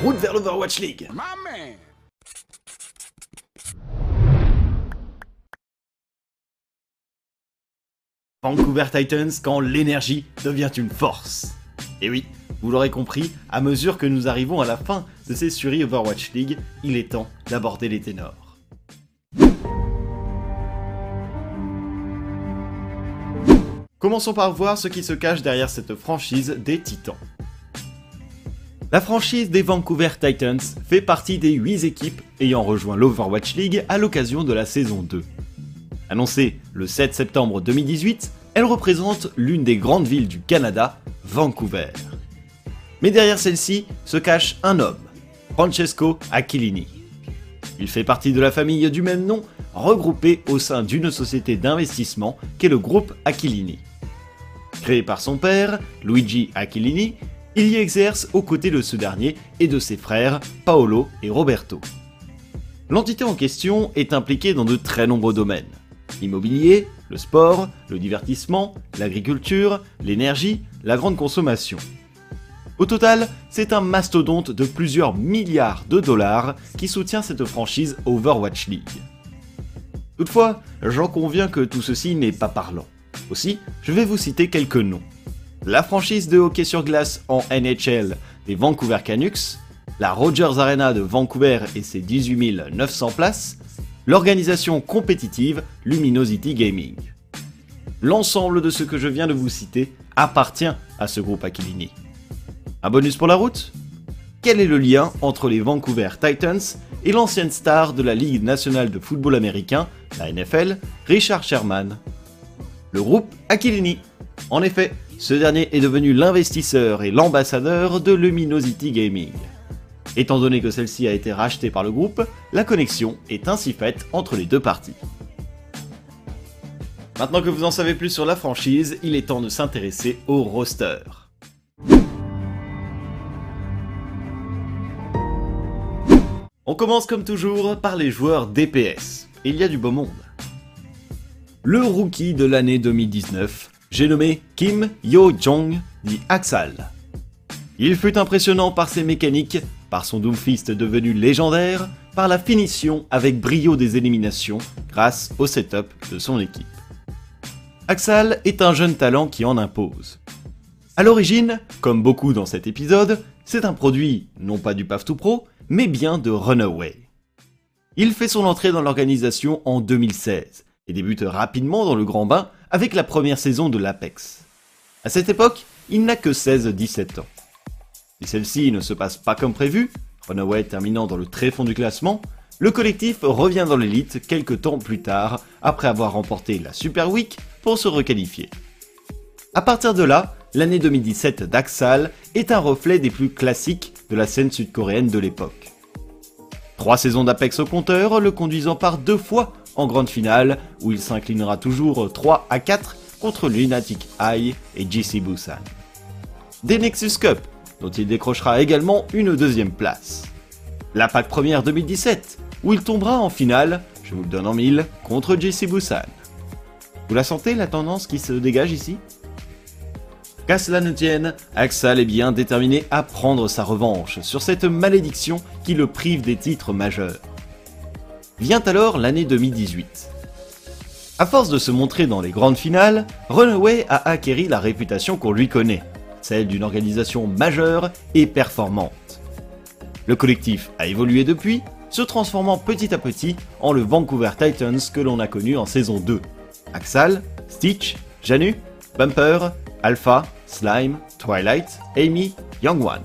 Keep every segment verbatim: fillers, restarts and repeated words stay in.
route vers l'Overwatch League. Vancouver Titans quand l'énergie devient une force. Et oui, vous l'aurez compris, à mesure que nous arrivons à la fin de ces séries Overwatch League, il est temps d'aborder les ténors. Commençons par voir ce qui se cache derrière cette franchise des Titans. La franchise des Vancouver Titans fait partie des huit équipes ayant rejoint l'Overwatch League à l'occasion de la saison deux. Annoncée le sept septembre deux mille dix-huit, elle représente l'une des grandes villes du Canada, Vancouver. Mais derrière celle-ci se cache un homme, Francesco Aquilini. Il fait partie de la famille du même nom, regroupée au sein d'une société d'investissement qu'est le groupe Aquilini. Créé par son père, Luigi Aquilini, il y exerce aux côtés de ce dernier et de ses frères Paolo et Roberto. L'entité en question est impliquée dans de très nombreux domaines. L'immobilier, le sport, le divertissement, l'agriculture, l'énergie, la grande consommation. Au total, c'est un mastodonte de plusieurs milliards de dollars qui soutient cette franchise Overwatch League. Toutefois, j'en conviens que tout ceci n'est pas parlant. Aussi, je vais vous citer quelques noms. La franchise de hockey sur glace en N H L des Vancouver Canucks, la Rogers Arena de Vancouver et ses dix-huit mille neuf cents places, l'organisation compétitive Luminosity Gaming. L'ensemble de ce que je viens de vous citer appartient à ce groupe Aquilini. Un bonus pour la route ? Quel est le lien entre les Vancouver Titans et l'ancienne star de la Ligue nationale de football américain, la N F L, Richard Sherman ? Le groupe Aquilini. En effet, ce dernier est devenu l'investisseur et l'ambassadeur de Luminosity Gaming. Étant donné que celle-ci a été rachetée par le groupe, la connexion est ainsi faite entre les deux parties. Maintenant que vous en savez plus sur la franchise, il est temps de s'intéresser au roster. On commence comme toujours par les joueurs D P S. Et il y a du beau monde. Le rookie de l'année deux mille dix-neuf, j'ai nommé Kim Yo-jong, dit Axal. Il fut impressionnant par ses mécaniques, par son Doomfist devenu légendaire, par la finition avec brio des éliminations grâce au setup de son équipe. Axal est un jeune talent qui en impose. A l'origine, comme beaucoup dans cet épisode, c'est un produit non pas du Path to Pro, mais bien de Runaway. Il fait son entrée dans l'organisation en deux mille seize et débute rapidement dans le grand bain avec la première saison de l'Apex. À cette époque, il n'a que seize à dix-sept ans. Si celle-ci ne se passe pas comme prévu, Runaway terminant dans le tréfond du classement, le collectif revient dans l'élite quelques temps plus tard après avoir remporté la Super Week pour se requalifier. À partir de là, l'année deux mille dix-sept d'Axal est un reflet des plus classiques de la scène sud-coréenne de l'époque. Trois saisons d'Apex au compteur, le conduisant par deux fois en grande finale, où il s'inclinera toujours trois à quatre contre Lunatic Eye et G C Busan. Des Nexus Cup, dont il décrochera également une deuxième place. La P A C première deux mille dix-sept, où il tombera en finale, je vous le donne en mille, contre G C Busan. Vous la sentez, la tendance qui se dégage ici ? Qu'à cela ne tienne, Axal est bien déterminé à prendre sa revanche sur cette malédiction qui le prive des titres majeurs. Vient alors l'année deux mille dix-huit. À force de se montrer dans les grandes finales, Runaway a acquéri la réputation qu'on lui connaît, celle d'une organisation majeure et performante. Le collectif a évolué depuis, se transformant petit à petit en le Vancouver Titans que l'on a connu en saison deux. Axal, Stitch, Janu, Bumper, Alpha, Slime, Twilight, Amy, Youngwan.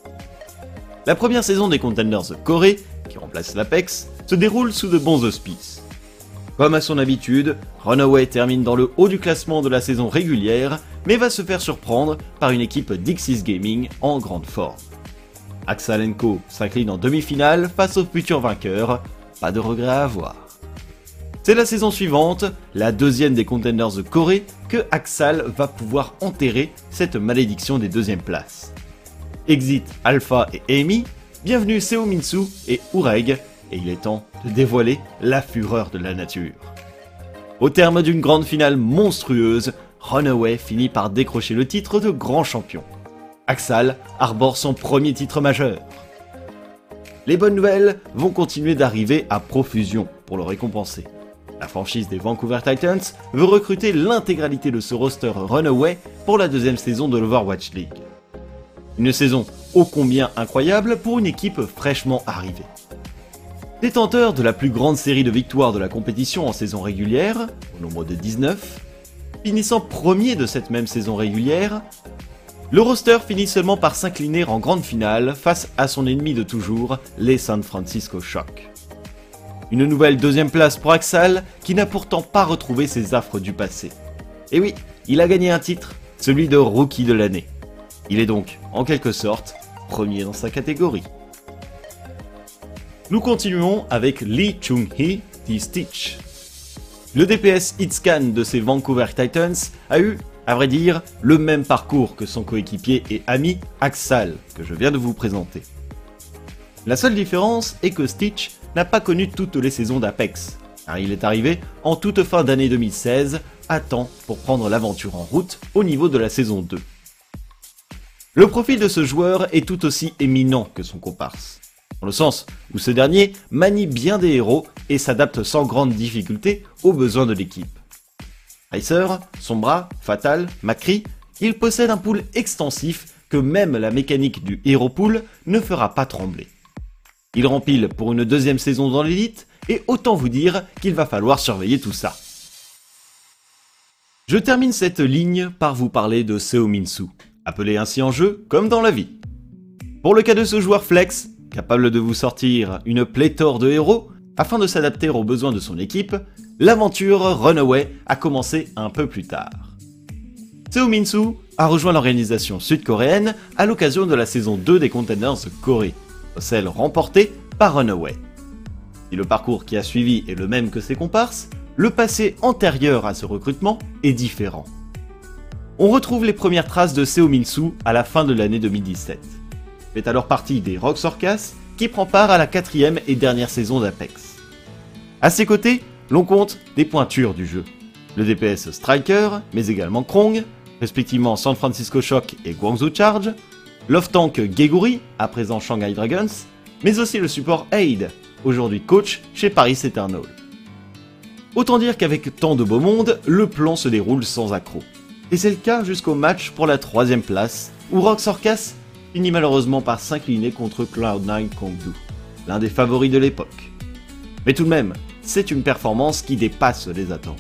La première saison des Contenders Corée, qui remplace l'Apex, se déroule sous de bons auspices. Comme à son habitude, Runaway termine dans le haut du classement de la saison régulière, mais va se faire surprendre par une équipe d'Ixis Gaming en grande forme. Axal and Co s'incline en demi-finale face au futur vainqueur, pas de regret à avoir. C'est la saison suivante, la deuxième des Contenders de Corée, que Axal va pouvoir enterrer cette malédiction des deuxièmes places. Exit Alpha et Amy, bienvenue Seo Min-soo et Ureg, et il est temps de dévoiler la fureur de la nature. Au terme d'une grande finale monstrueuse, Runaway finit par décrocher le titre de grand champion. Axal arbore son premier titre majeur. Les bonnes nouvelles vont continuer d'arriver à profusion pour le récompenser. La franchise des Vancouver Titans veut recruter l'intégralité de ce roster Runaway pour la deuxième saison de l'Overwatch League. Une saison ô combien incroyable pour une équipe fraîchement arrivée. Détenteur de la plus grande série de victoires de la compétition en saison régulière, au nombre de dix-neuf, finissant premier de cette même saison régulière, le roster finit seulement par s'incliner en grande finale face à son ennemi de toujours, les San Francisco Shock. Une nouvelle deuxième place pour Axal, qui n'a pourtant pas retrouvé ses affres du passé. Et oui, il a gagné un titre, celui de Rookie de l'année. Il est donc, en quelque sorte, premier dans sa catégorie. Nous continuons avec Lee Chung-hee, dit Stitch. Le D P S Hitscan de ces Vancouver Titans a eu, à vrai dire, le même parcours que son coéquipier et ami Axal, que je viens de vous présenter. La seule différence est que Stitch n'a pas connu toutes les saisons d'Apex, car il est arrivé en toute fin d'année deux mille seize, à temps pour prendre l'aventure en route au niveau de la saison deux. Le profil de ce joueur est tout aussi éminent que son comparse, dans le sens où ce dernier manie bien des héros et s'adapte sans grande difficulté aux besoins de l'équipe. Racer, Sombra, Fatal, Macri, il possède un pool extensif que même la mécanique du Hero Pool ne fera pas trembler. Il rempile pour une deuxième saison dans l'élite, et autant vous dire qu'il va falloir surveiller tout ça. Je termine cette ligne par vous parler de Seo Min-soo, appelé ainsi en jeu comme dans la vie. Pour le cas de ce joueur flex, capable de vous sortir une pléthore de héros, afin de s'adapter aux besoins de son équipe, l'aventure Runaway a commencé un peu plus tard. Seo Min-soo a rejoint l'organisation sud-coréenne à l'occasion de la saison deux des Containers Corée, celle remportée par Runaway. Si le parcours qui a suivi est le même que ses comparses, le passé antérieur à ce recrutement est différent. On retrouve les premières traces de Seo Min-soo à la fin de l'année deux mille dix-sept. Il fait alors partie des Rock Orcas qui prend part à la quatrième et dernière saison d'Apex. À ses côtés, l'on compte des pointures du jeu. Le D P S Striker, mais également Krong, respectivement San Francisco Shock et Guangzhou Charge, l'off-tank Geguri, à présent Shanghai Dragons, mais aussi le support Aid, aujourd'hui coach chez Paris Eternal. Autant dire qu'avec tant de beau monde, le plan se déroule sans accroc. Et c'est le cas jusqu'au match pour la troisième place, où Rock Orcas finit malheureusement par s'incliner contre Cloud nine Kongdu, l'un des favoris de l'époque. Mais tout de même, c'est une performance qui dépasse les attentes.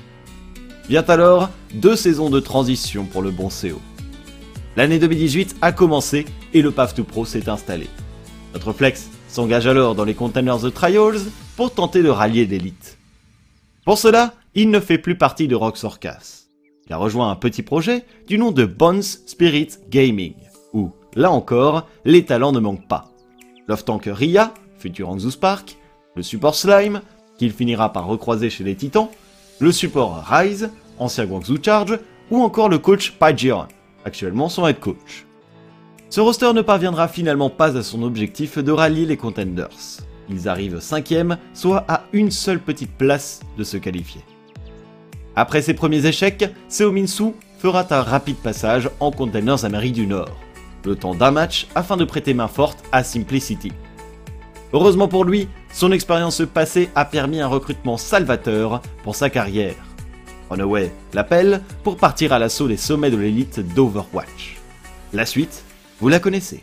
Vient alors deux saisons de transition pour le bon Seo. L'année deux mille dix-huit a commencé et le Path to Pro s'est installé. Notre flex s'engage alors dans les Containers The Trials pour tenter de rallier l'élite. Pour cela, il ne fait plus partie de Rock Orcas. Il a rejoint un petit projet du nom de Bones Spirit Gaming, où, là encore, les talents ne manquent pas. L'off-tank Ria, futur Hangzhou Spark, le support Slime, qu'il finira par recroiser chez les Titans, le support Rise, ancien Guangzhou Charge, ou encore le coach Paijian, actuellement son head coach. Ce roster ne parviendra finalement pas à son objectif de rallier les Contenders. Ils arrivent cinquième, soit à une seule petite place de se qualifier. Après ses premiers échecs, Seo Min-soo fera un rapide passage en Containers Amérique du Nord, le temps d'un match afin de prêter main forte à Simplicity. Heureusement pour lui, son expérience passée a permis un recrutement salvateur pour sa carrière. Runaway l'appelle pour partir à l'assaut des sommets de l'élite d'Overwatch. La suite, vous la connaissez.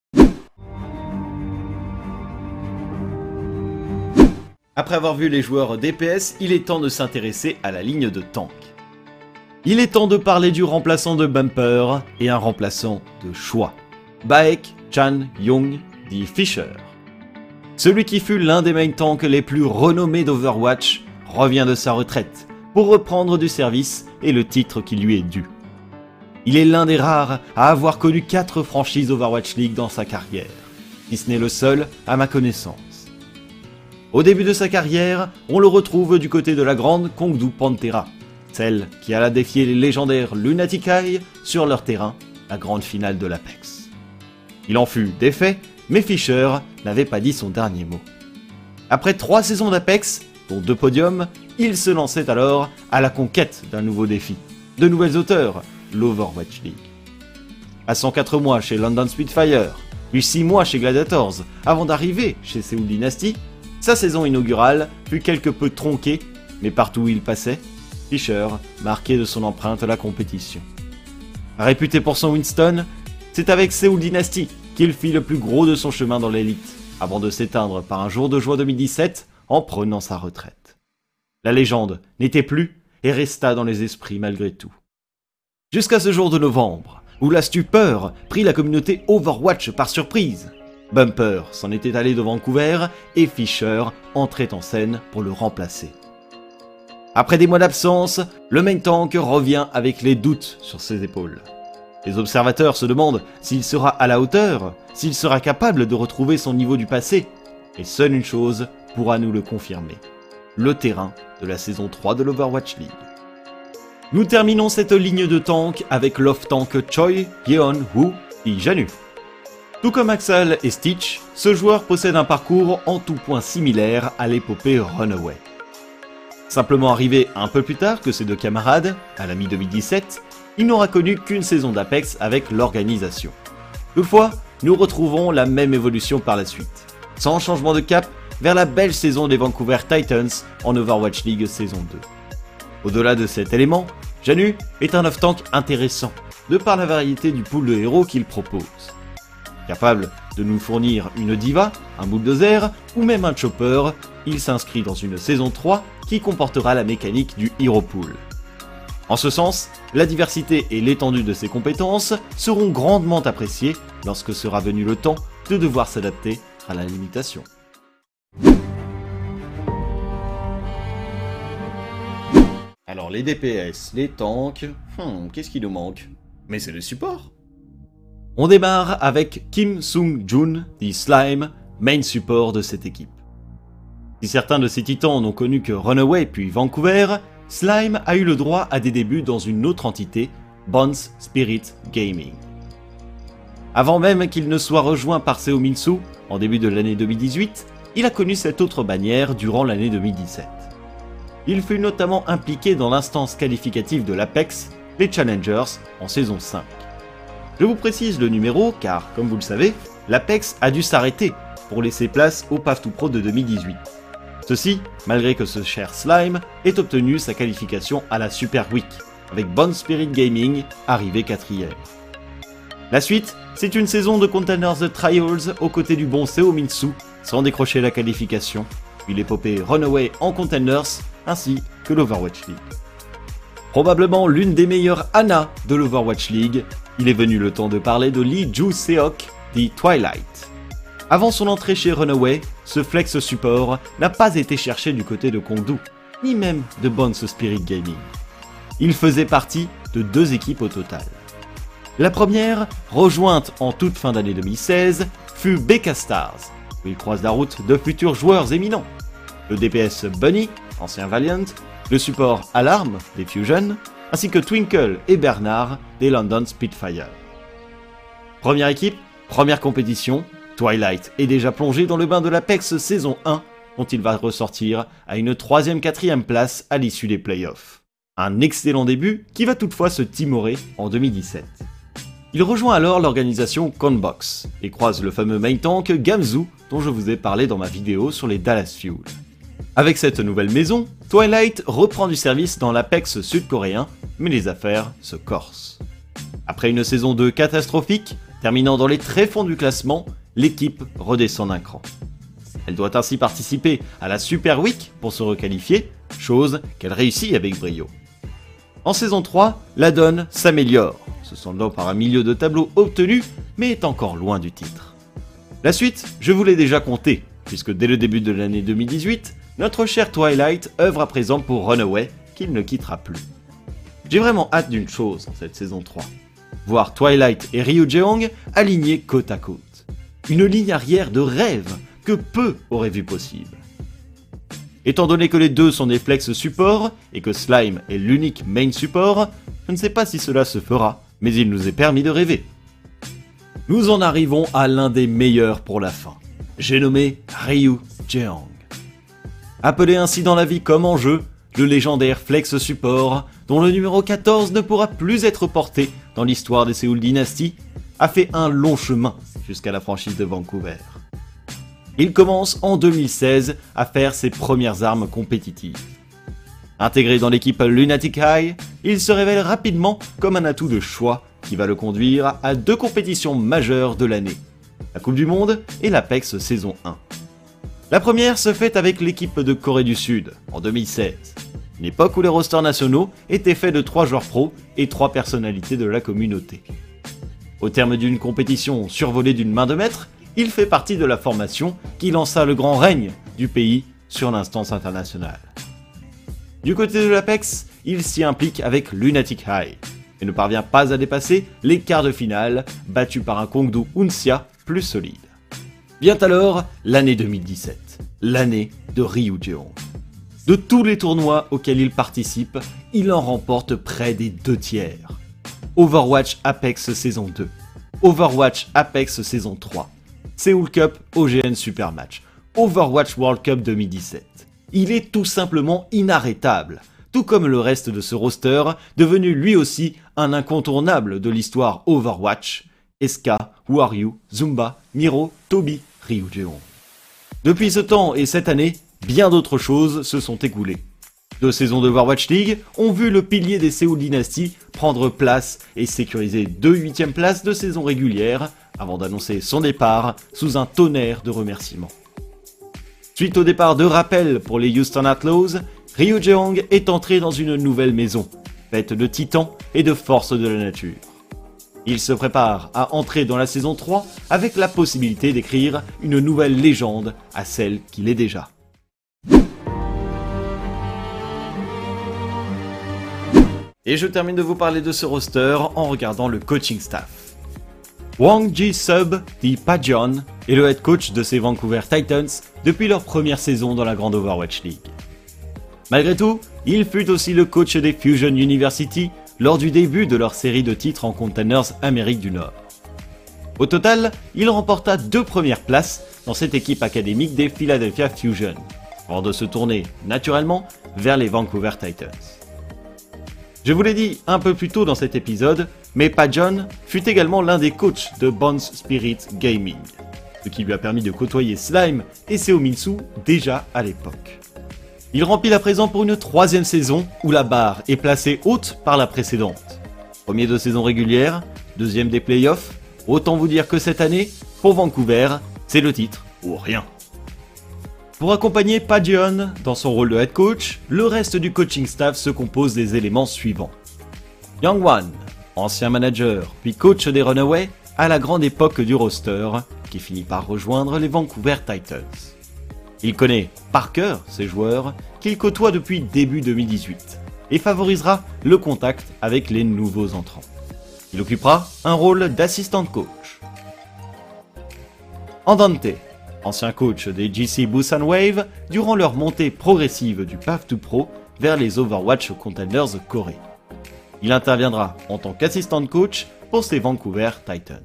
Après avoir vu les joueurs D P S, il est temps de s'intéresser à la ligne de tank. Il est temps de parler du remplaçant de Bumper et un remplaçant de choix. Baek Chan Young dit Fisher. Celui qui fut l'un des main tanks les plus renommés d'Overwatch revient de sa retraite pour reprendre du service et le titre qui lui est dû. Il est l'un des rares à avoir connu quatre franchises Overwatch League dans sa carrière, si ce n'est le seul à ma connaissance. Au début de sa carrière, on le retrouve du côté de la grande Kongdu Pantera, celle qui alla défier les légendaires Lunatic Eye sur leur terrain, la grande finale de l'Apex. Il en fut défait, mais Fisher n'avait pas dit son dernier mot. Après trois saisons d'Apex, dont deux podiums, il se lançait alors à la conquête d'un nouveau défi, de nouvelles hauteurs, l'Overwatch League. À cent quatre mois chez London Spitfire, puis six mois chez Gladiators, avant d'arriver chez Seoul Dynasty, sa saison inaugurale fut quelque peu tronquée, mais partout où il passait, Fischer marquait de son empreinte la compétition. Réputé pour son Winston, c'est avec Seoul Dynasty qu'il fit le plus gros de son chemin dans l'élite, avant de s'éteindre par un jour de juin deux mille dix-sept en prenant sa retraite. La légende n'était plus et resta dans les esprits malgré tout. Jusqu'à ce jour de novembre, où la stupeur prit la communauté Overwatch par surprise. Bumper s'en était allé de Vancouver et Fischer entrait en scène pour le remplacer. Après des mois d'absence, le main tank revient avec les doutes sur ses épaules. Les observateurs se demandent s'il sera à la hauteur, s'il sera capable de retrouver son niveau du passé, et seule une chose pourra nous le confirmer, le terrain de la saison trois de l'Overwatch League. Nous terminons cette ligne de tank avec l'off-tank Choi Yeon-woo et Janu. Tout comme Axel et Stitch, ce joueur possède un parcours en tout point similaire à l'épopée Runaway. Simplement arrivé un peu plus tard que ses deux camarades, à la mi deux mille dix-sept, il n'aura connu qu'une saison d'Apex avec l'organisation. Toutefois, nous retrouvons la même évolution par la suite, sans changement de cap, vers la belle saison des Vancouver Titans en Overwatch League saison deux. Au-delà de cet élément, Janu est un off-tank intéressant, de par la variété du pool de héros qu'il propose. Capable de nous fournir une diva, un bulldozer ou même un chopper, il s'inscrit dans une saison trois qui comportera la mécanique du hero pool. En ce sens, la diversité et l'étendue de ses compétences seront grandement appréciées lorsque sera venu le temps de devoir s'adapter à la limitation. Alors les D P S, les tanks, hmm, qu'est-ce qui nous manque? Mais c'est le support. On démarre avec Kim Sung-jun, dit Slime, main support de cette équipe. Si certains de ces titans n'ont connu que Runaway puis Vancouver, Slime a eu le droit à des débuts dans une autre entité, Bones Spirit Gaming. Avant même qu'il ne soit rejoint par Seo Min-soo en début de l'année deux mille dix-huit, il a connu cette autre bannière durant l'année deux mille dix-sept. Il fut notamment impliqué dans l'instance qualificative de l'Apex, les Challengers, en saison cinq. Je vous précise le numéro car, comme vous le savez, l'Apex a dû s'arrêter pour laisser place au Path to Pro de deux mille dix-huit. Ceci, malgré que ce cher Slime ait obtenu sa qualification à la Super Week, avec Bones Spirit Gaming arrivé quatrième. La suite, c'est une saison de Containers The Trials aux côtés du bon Seo Min-soo, sans décrocher la qualification, puis l'épopée Runaway en Containers, ainsi que l'Overwatch League. Probablement l'une des meilleures Ana de l'Overwatch League, il est venu le temps de parler de Lee Joo-seok, dit Twilight. Avant son entrée chez Runaway, ce flex support n'a pas été cherché du côté de Kongdu, ni même de Bones Spirit Gaming. Il faisait partie de deux équipes au total. La première, rejointe en toute fin d'année deux mille seize, fut B K Stars, où il croise la route de futurs joueurs éminents. Le D P S Bunny, ancien Valiant, le support Alarm des Fusion, ainsi que Twinkle et Bernard des London Spitfire. Première équipe, première compétition, Twilight est déjà plongé dans le bain de l'Apex saison un, dont il va ressortir à une troisième quatrième place à l'issue des playoffs. Un excellent début qui va toutefois se timorer en deux mille dix-sept. Il rejoint alors l'organisation Conbox et croise le fameux main tank Gamzu dont je vous ai parlé dans ma vidéo sur les Dallas Fuel. Avec cette nouvelle maison, Twilight reprend du service dans l'Apex sud-coréen, mais les affaires se corsent. Après une saison deux catastrophique, terminant dans les tréfonds du classement, l'équipe redescend d'un cran. Elle doit ainsi participer à la Super Week pour se requalifier, chose qu'elle réussit avec brio. En saison trois, la donne s'améliore, se soldant par un milieu de tableau obtenu, mais est encore loin du titre. La suite, je vous l'ai déjà compté, puisque dès le début de l'année deux mille dix-huit, notre cher Twilight œuvre à présent pour Runaway, qu'il ne quittera plus. J'ai vraiment hâte d'une chose en cette saison trois, voir Twilight et Ryu Jeong alignés côte à côte. Une ligne arrière de rêve que peu auraient vu possible. Étant donné que les deux sont des flex support et que Slime est l'unique main support, je ne sais pas si cela se fera, mais il nous est permis de rêver. Nous en arrivons à l'un des meilleurs pour la fin. J'ai nommé Ryu Jeong. Appelé ainsi dans la vie comme en jeu, le légendaire flex support, dont le numéro quatorze ne pourra plus être porté dans l'histoire des Seoul Dynasty, a fait un long chemin jusqu'à la franchise de Vancouver. Il commence en deux mille seize à faire ses premières armes compétitives. Intégré dans l'équipe Lunatic High, il se révèle rapidement comme un atout de choix qui va le conduire à deux compétitions majeures de l'année, la Coupe du Monde et l'Apex saison un. La première se fait avec l'équipe de Corée du Sud en deux mille seize, une époque où les rosters nationaux étaient faits de trois joueurs pros et trois personnalités de la communauté. Au terme d'une compétition survolée d'une main de maître, il fait partie de la formation qui lança le grand règne du pays sur l'instance internationale. Du côté de l'Apex, il s'y implique avec Lunatic High et ne parvient pas à dépasser les quarts de finale, battu par un Kongdo Uncia plus solide. Vient alors l'année deux mille dix-sept, l'année de Ryujeong. De tous les tournois auxquels il participe, il en remporte près des deux tiers. Overwatch Apex saison deux, Overwatch Apex saison trois, Seoul Cup O G N Super Match, Overwatch World Cup deux mille dix-sept. Il est tout simplement inarrêtable, tout comme le reste de ce roster, devenu lui aussi un incontournable de l'histoire Overwatch, S K, Waryu, Zumba, Miro, Toby, Ryujeong. Depuis ce temps et cette année, bien d'autres choses se sont écoulées. Deux saisons d'Overwatch League ont vu le pilier des Seoul Dynasty prendre place et sécuriser deux huitièmes places de saison régulière avant d'annoncer son départ sous un tonnerre de remerciements. Suite au départ de rappel pour les Houston Outlaws, Ryujeong est entré dans une nouvelle maison, faite de titans et de forces de la nature. Il se prépare à entrer dans la saison trois avec la possibilité d'écrire une nouvelle légende à celle qu'il est déjà. Et je termine de vous parler de ce roster en regardant le coaching staff. Wang Ji-sub, dit Pajon, est le head coach de ces Vancouver Titans depuis leur première saison dans la grande Overwatch League. Malgré tout, il fut aussi le coach des Fusion University lors du début de leur série de titres en Containers Amérique du Nord. Au total, il remporta deux premières places dans cette équipe académique des Philadelphia Fusion, avant de se tourner naturellement vers les Vancouver Titans. Je vous l'ai dit un peu plus tôt dans cet épisode, mais Pajon fut également l'un des coachs de Bones Spirit Gaming, ce qui lui a permis de côtoyer Slime et Seominsu déjà à l'époque. Il remplit à présent pour une troisième saison où la barre est placée haute par la précédente. Premier de saison régulière, deuxième des playoffs, autant vous dire que cette année, pour Vancouver, c'est le titre ou rien. Pour accompagner Pajon dans son rôle de head coach, le reste du coaching staff se compose des éléments suivants. Youngwan, ancien manager puis coach des Runaways à la grande époque du roster, qui finit par rejoindre les Vancouver Titans. Il connaît par cœur ces joueurs qu'il côtoie depuis début deux mille dix-huit et favorisera le contact avec les nouveaux entrants. Il occupera un rôle d'assistant coach. Andante, ancien coach des G C Busan Wave durant leur montée progressive du Path to Pro vers les Overwatch Containers Corée. Il interviendra en tant qu'assistant coach pour ces Vancouver Titans.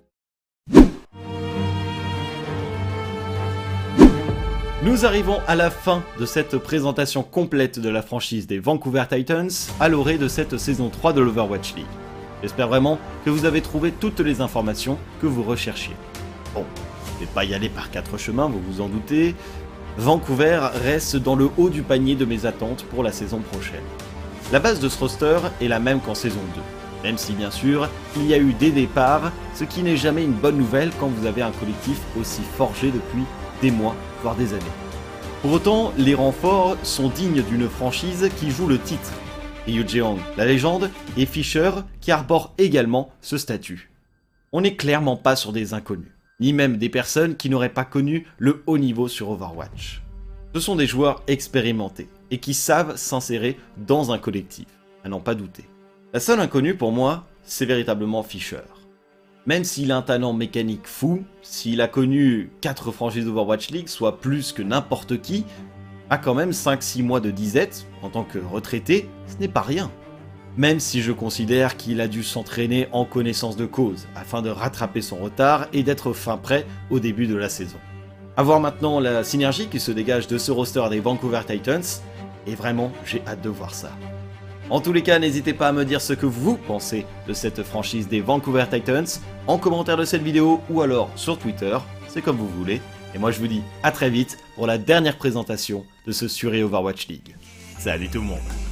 Nous arrivons à la fin de cette présentation complète de la franchise des Vancouver Titans à l'orée de cette saison trois de l'Overwatch League. J'espère vraiment que vous avez trouvé toutes les informations que vous recherchiez. Bon, je ne vais pas y aller par quatre chemins, vous vous en doutez. Vancouver reste dans le haut du panier de mes attentes pour la saison prochaine. La base de ce roster est la même qu'en saison deux, même si bien sûr, il y a eu des départs, ce qui n'est jamais une bonne nouvelle quand vous avez un collectif aussi forgé depuis des mois, voire des années. Pour autant, les renforts sont dignes d'une franchise qui joue le titre. Ryujeong, la légende, et Fisher, qui arbore également ce statut. On n'est clairement pas sur des inconnus, ni même des personnes qui n'auraient pas connu le haut niveau sur Overwatch. Ce sont des joueurs expérimentés, et qui savent s'insérer dans un collectif, à n'en pas douter. La seule inconnue pour moi, c'est véritablement Fisher. Même s'il a un talent mécanique fou, s'il a connu quatre franchises d'Overwatch League, soit plus que n'importe qui, a quand même cinq six mois de disette, en tant que retraité, ce n'est pas rien. Même si je considère qu'il a dû s'entraîner en connaissance de cause, afin de rattraper son retard et d'être fin prêt au début de la saison. À voir maintenant la synergie qui se dégage de ce roster des Vancouver Titans, et vraiment j'ai hâte de voir ça. En tous les cas, n'hésitez pas à me dire ce que vous pensez de cette franchise des Vancouver Titans en commentaire de cette vidéo ou alors sur Twitter, c'est comme vous voulez. Et moi je vous dis à très vite pour la dernière présentation de ce Suri Overwatch League. Salut tout le monde!